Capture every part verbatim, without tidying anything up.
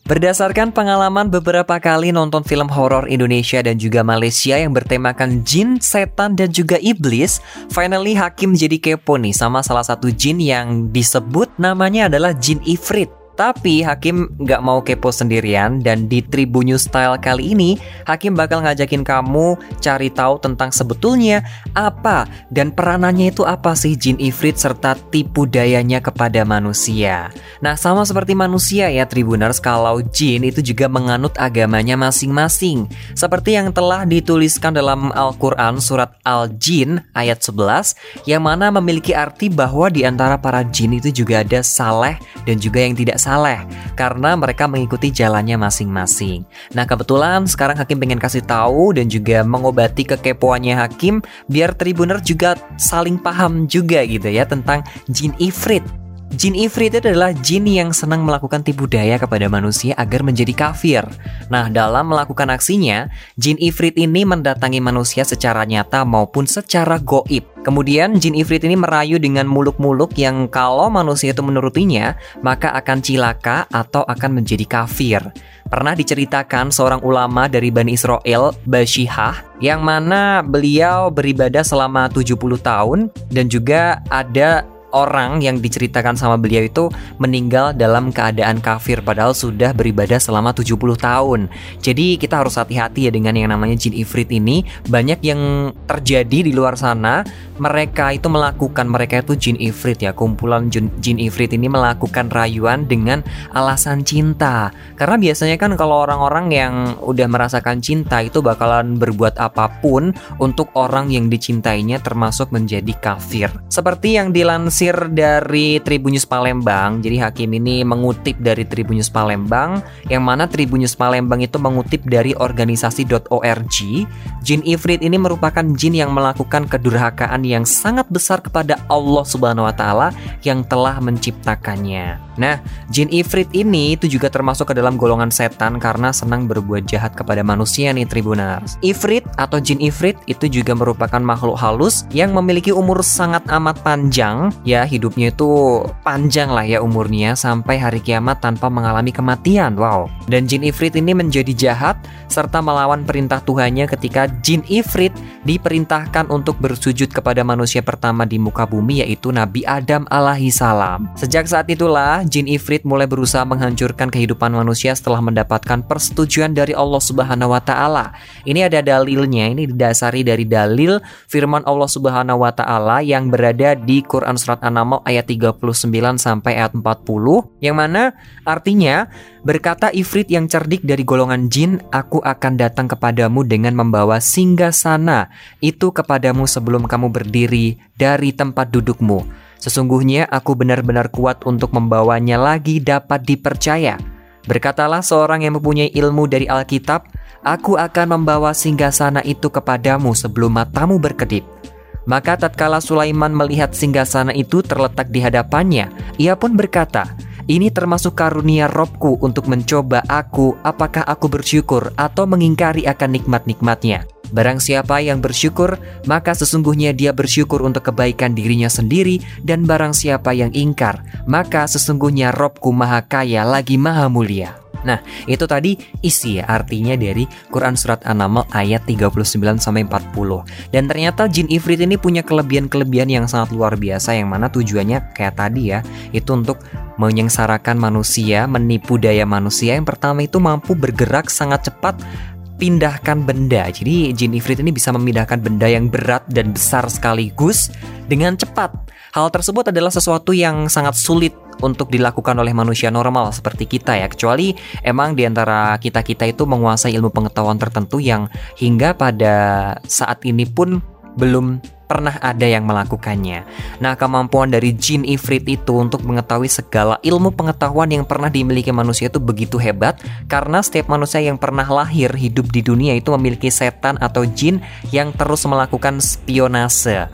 Berdasarkan pengalaman beberapa kali nonton film horor Indonesia dan juga Malaysia yang bertemakan jin, setan, dan juga iblis, finally Hakim jadi kepo nih sama salah satu jin yang disebut namanya adalah jin ifrit. Tapi Hakim nggak mau kepo sendirian, dan di Tribun News Style kali ini Hakim bakal ngajakin kamu cari tahu tentang sebetulnya apa dan peranannya itu apa sih jin ifrit serta tipu dayanya kepada manusia. Nah, sama seperti manusia ya Tribuners, kalau jin itu juga menganut agamanya masing-masing. Seperti yang telah dituliskan dalam Al-Quran surat Al-Jin ayat sebelas, yang mana memiliki arti bahwa di antara para jin itu juga ada saleh dan juga yang tidak saleh. Saleh, karena mereka mengikuti jalannya masing-masing. Nah, kebetulan sekarang Hakim pengen kasih tahu dan juga mengobati kekepoannya Hakim biar Tribuner juga saling paham juga gitu ya tentang jin ifrit. Jin ifrit itu adalah jin yang senang melakukan tipu daya kepada manusia agar menjadi kafir. Nah, dalam melakukan aksinya, jin ifrit ini mendatangi manusia secara nyata maupun secara goib. Kemudian jin ifrit ini merayu dengan muluk-muluk yang kalau manusia itu menurutinya, maka akan cilaka atau akan menjadi kafir. Pernah diceritakan seorang ulama dari Bani Israel, Bashihah, yang mana beliau beribadah selama tujuh puluh tahun dan juga ada orang yang diceritakan sama beliau itu meninggal dalam keadaan kafir padahal sudah beribadah selama tujuh puluh tahun. Jadi kita harus hati-hati ya dengan yang namanya jin ifrit ini. Banyak yang terjadi di luar sana, mereka itu melakukan, mereka itu jin ifrit ya, kumpulan jin, jin ifrit ini melakukan rayuan dengan alasan cinta. Karena biasanya kan kalau orang-orang yang udah merasakan cinta itu bakalan berbuat apapun untuk orang yang dicintainya, termasuk menjadi kafir. Seperti yang dilansir dari Tribun News Palembang. Jadi Hakim ini mengutip dari Tribun News Palembang, yang mana Tribun News Palembang itu mengutip dari organisasi dot org. Jin ifrit ini merupakan jin yang melakukan kedurhakaan yang sangat besar kepada Allah Subhanahu wa taala yang telah menciptakannya. Nah, jin ifrit ini itu juga termasuk ke dalam golongan setan karena senang berbuat jahat kepada manusia nih Tribuners. Ifrit atau jin ifrit itu juga merupakan makhluk halus yang memiliki umur sangat amat panjang. Ya, hidupnya itu panjang lah ya umurnya sampai hari kiamat tanpa mengalami kematian. Wow. Dan jin ifrit ini menjadi jahat serta melawan perintah Tuhannya ketika jin ifrit diperintahkan untuk bersujud kepada manusia pertama di muka bumi, yaitu Nabi Adam alaihi salam. Sejak saat itulah jin ifrit mulai berusaha menghancurkan kehidupan manusia setelah mendapatkan persetujuan dari Allah Subhanahu wa taala. Ini ada dalilnya, ini didasari dari dalil firman Allah Subhanahu wa taala yang berada di Quran surat An-Naml ayat tiga puluh sembilan sampai ayat empat puluh, yang mana artinya, berkata ifrit yang cerdik dari golongan jin, aku akan datang kepadamu dengan membawa singgasana itu kepadamu sebelum kamu berdiri dari tempat dudukmu. Sesungguhnya aku benar-benar kuat untuk membawanya lagi dapat dipercaya. Berkatalah seorang yang mempunyai ilmu dari Alkitab, aku akan membawa singgasana itu kepadamu sebelum matamu berkedip. Maka tatkala Sulaiman melihat singgasana itu terletak di hadapannya, ia pun berkata, ini termasuk karunia Robku untuk mencoba aku apakah aku bersyukur atau mengingkari akan nikmat-nikmatnya. Barang siapa yang bersyukur, maka sesungguhnya dia bersyukur untuk kebaikan dirinya sendiri, dan barang siapa yang ingkar, maka sesungguhnya Robku maha kaya lagi maha mulia. Nah, itu tadi isi ya, artinya dari Quran surat An-Naml ayat tiga puluh sembilan sampai empat puluh. Dan ternyata jin ifrit ini punya kelebihan-kelebihan yang sangat luar biasa, yang mana tujuannya kayak tadi ya, itu untuk menyengsarakan manusia, menipu daya manusia. Yang pertama itu mampu bergerak sangat cepat, pindahkan benda. Jadi jin ifrit ini bisa memindahkan benda yang berat dan besar sekaligus dengan cepat. Hal tersebut adalah sesuatu yang sangat sulit untuk dilakukan oleh manusia normal seperti kita ya, kecuali emang diantara kita-kita itu menguasai ilmu pengetahuan tertentu yang hingga pada saat ini pun belum pernah ada yang melakukannya. Nah, kemampuan dari jin ifrit itu untuk mengetahui segala ilmu pengetahuan yang pernah dimiliki manusia itu begitu hebat, karena setiap manusia yang pernah lahir hidup di dunia itu memiliki setan atau jin yang terus melakukan spionase.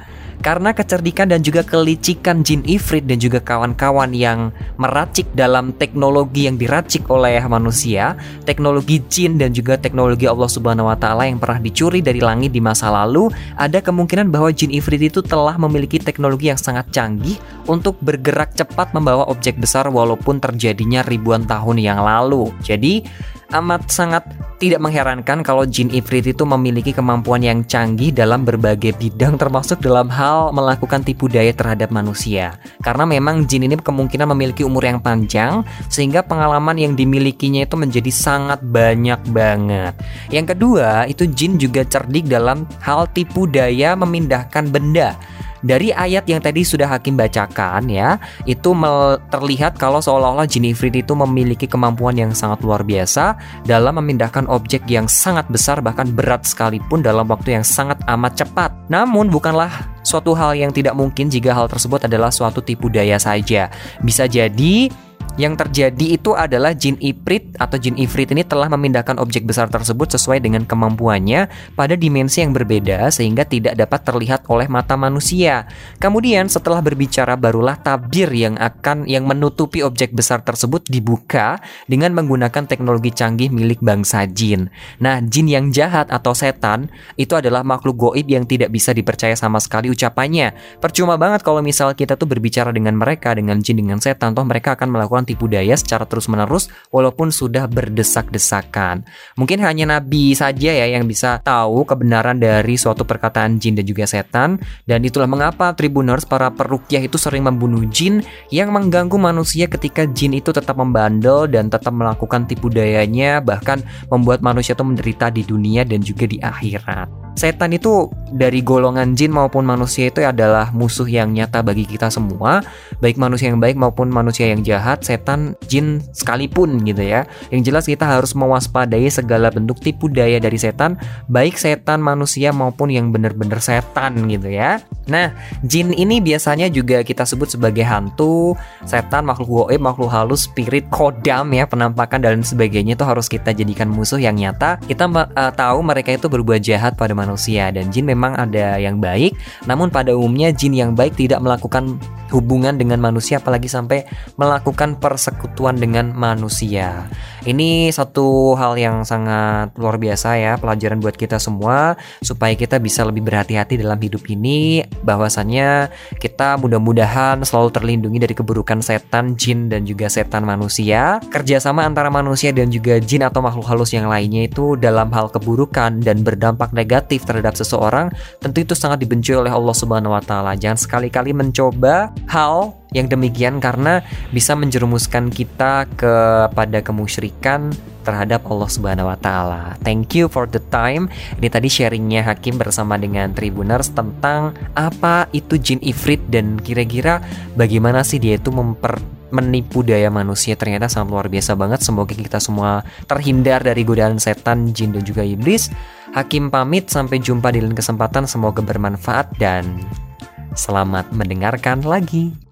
Karena kecerdikan dan juga kelicikan jin ifrit dan juga kawan-kawan yang meracik dalam teknologi yang diracik oleh manusia, teknologi jin dan juga teknologi Allah Subhanahu wa taala yang pernah dicuri dari langit di masa lalu, ada kemungkinan bahwa jin ifrit itu telah memiliki teknologi yang sangat canggih untuk bergerak cepat membawa objek besar walaupun terjadinya ribuan tahun yang lalu. Jadi amat sangat tidak mengherankan kalau jin ifrit itu memiliki kemampuan yang canggih dalam berbagai bidang, termasuk dalam hal melakukan tipu daya terhadap manusia. Karena memang jin ini kemungkinan memiliki umur yang panjang, sehingga pengalaman yang dimilikinya itu menjadi sangat banyak banget. Yang kedua, itu jin juga cerdik dalam hal tipu daya memindahkan benda. Dari ayat yang tadi sudah Hakim bacakan ya, itu mel- terlihat kalau seolah-olah jin ifrit itu memiliki kemampuan yang sangat luar biasa dalam memindahkan objek yang sangat besar, bahkan berat sekalipun dalam waktu yang sangat amat cepat. Namun bukanlah suatu hal yang tidak mungkin jika hal tersebut adalah suatu tipu daya saja. Bisa jadi yang terjadi itu adalah jin ifrit atau jin ifrit ini telah memindahkan objek besar tersebut sesuai dengan kemampuannya pada dimensi yang berbeda sehingga tidak dapat terlihat oleh mata manusia. Kemudian setelah berbicara barulah tabir yang akan yang menutupi objek besar tersebut dibuka dengan menggunakan teknologi canggih milik bangsa jin. Nah, jin yang jahat atau setan itu adalah makhluk goib yang tidak bisa dipercaya sama sekali ucapannya. Percuma banget kalau misal kita tuh berbicara dengan mereka, dengan jin, dengan setan, toh mereka akan melakukan tipu daya secara terus-menerus walaupun sudah berdesak-desakan. Mungkin hanya Nabi saja ya yang bisa tahu kebenaran dari suatu perkataan jin dan juga setan, dan itulah mengapa Tribuners, para peruqyah itu sering membunuh jin yang mengganggu manusia ketika jin itu tetap membandel dan tetap melakukan tipu dayanya, bahkan membuat manusia itu menderita di dunia dan juga di akhirat. Setan itu dari golongan jin maupun manusia itu adalah musuh yang nyata bagi kita semua, baik manusia yang baik maupun manusia yang jahat, setan, jin sekalipun gitu ya. Yang jelas kita harus mewaspadai segala bentuk tipu daya dari setan, baik setan manusia maupun yang benar-benar setan gitu ya. Nah, jin ini biasanya juga kita sebut sebagai hantu, setan, makhluk goib, makhluk halus, spirit, kodam ya, penampakan dan sebagainya itu harus kita jadikan musuh yang nyata. Kita uh, tahu mereka itu berbuat jahat pada manusia, dan jin memang ada yang baik, namun pada umumnya jin yang baik tidak melakukan hubungan dengan manusia, apalagi sampai melakukan persekutuan dengan manusia. Ini satu hal yang sangat luar biasa ya, pelajaran buat kita semua supaya kita bisa lebih berhati-hati dalam hidup ini, bahwasannya kita mudah-mudahan selalu terlindungi dari keburukan setan, jin dan juga setan manusia. Kerjasama antara manusia dan juga jin atau makhluk halus yang lainnya itu dalam hal keburukan dan berdampak negatif terhadap seseorang tentu itu sangat dibenci oleh Allah Subhanahu wa taala. Jangan sekali-kali mencoba hal yang demikian karena bisa menjerumuskan kita kepada kemusyrikan terhadap Allah Subhanahu wa taala. Thank you for the time. Ini tadi sharingnya Hakim bersama dengan Tribuners tentang apa itu jin ifrit dan kira-kira bagaimana sih dia itu memper menipu daya manusia. Ternyata sangat luar biasa banget. Semoga kita semua terhindar dari godaan setan, jin dan juga iblis. Hakim pamit, sampai jumpa di lain kesempatan. Semoga bermanfaat dan selamat mendengarkan lagi.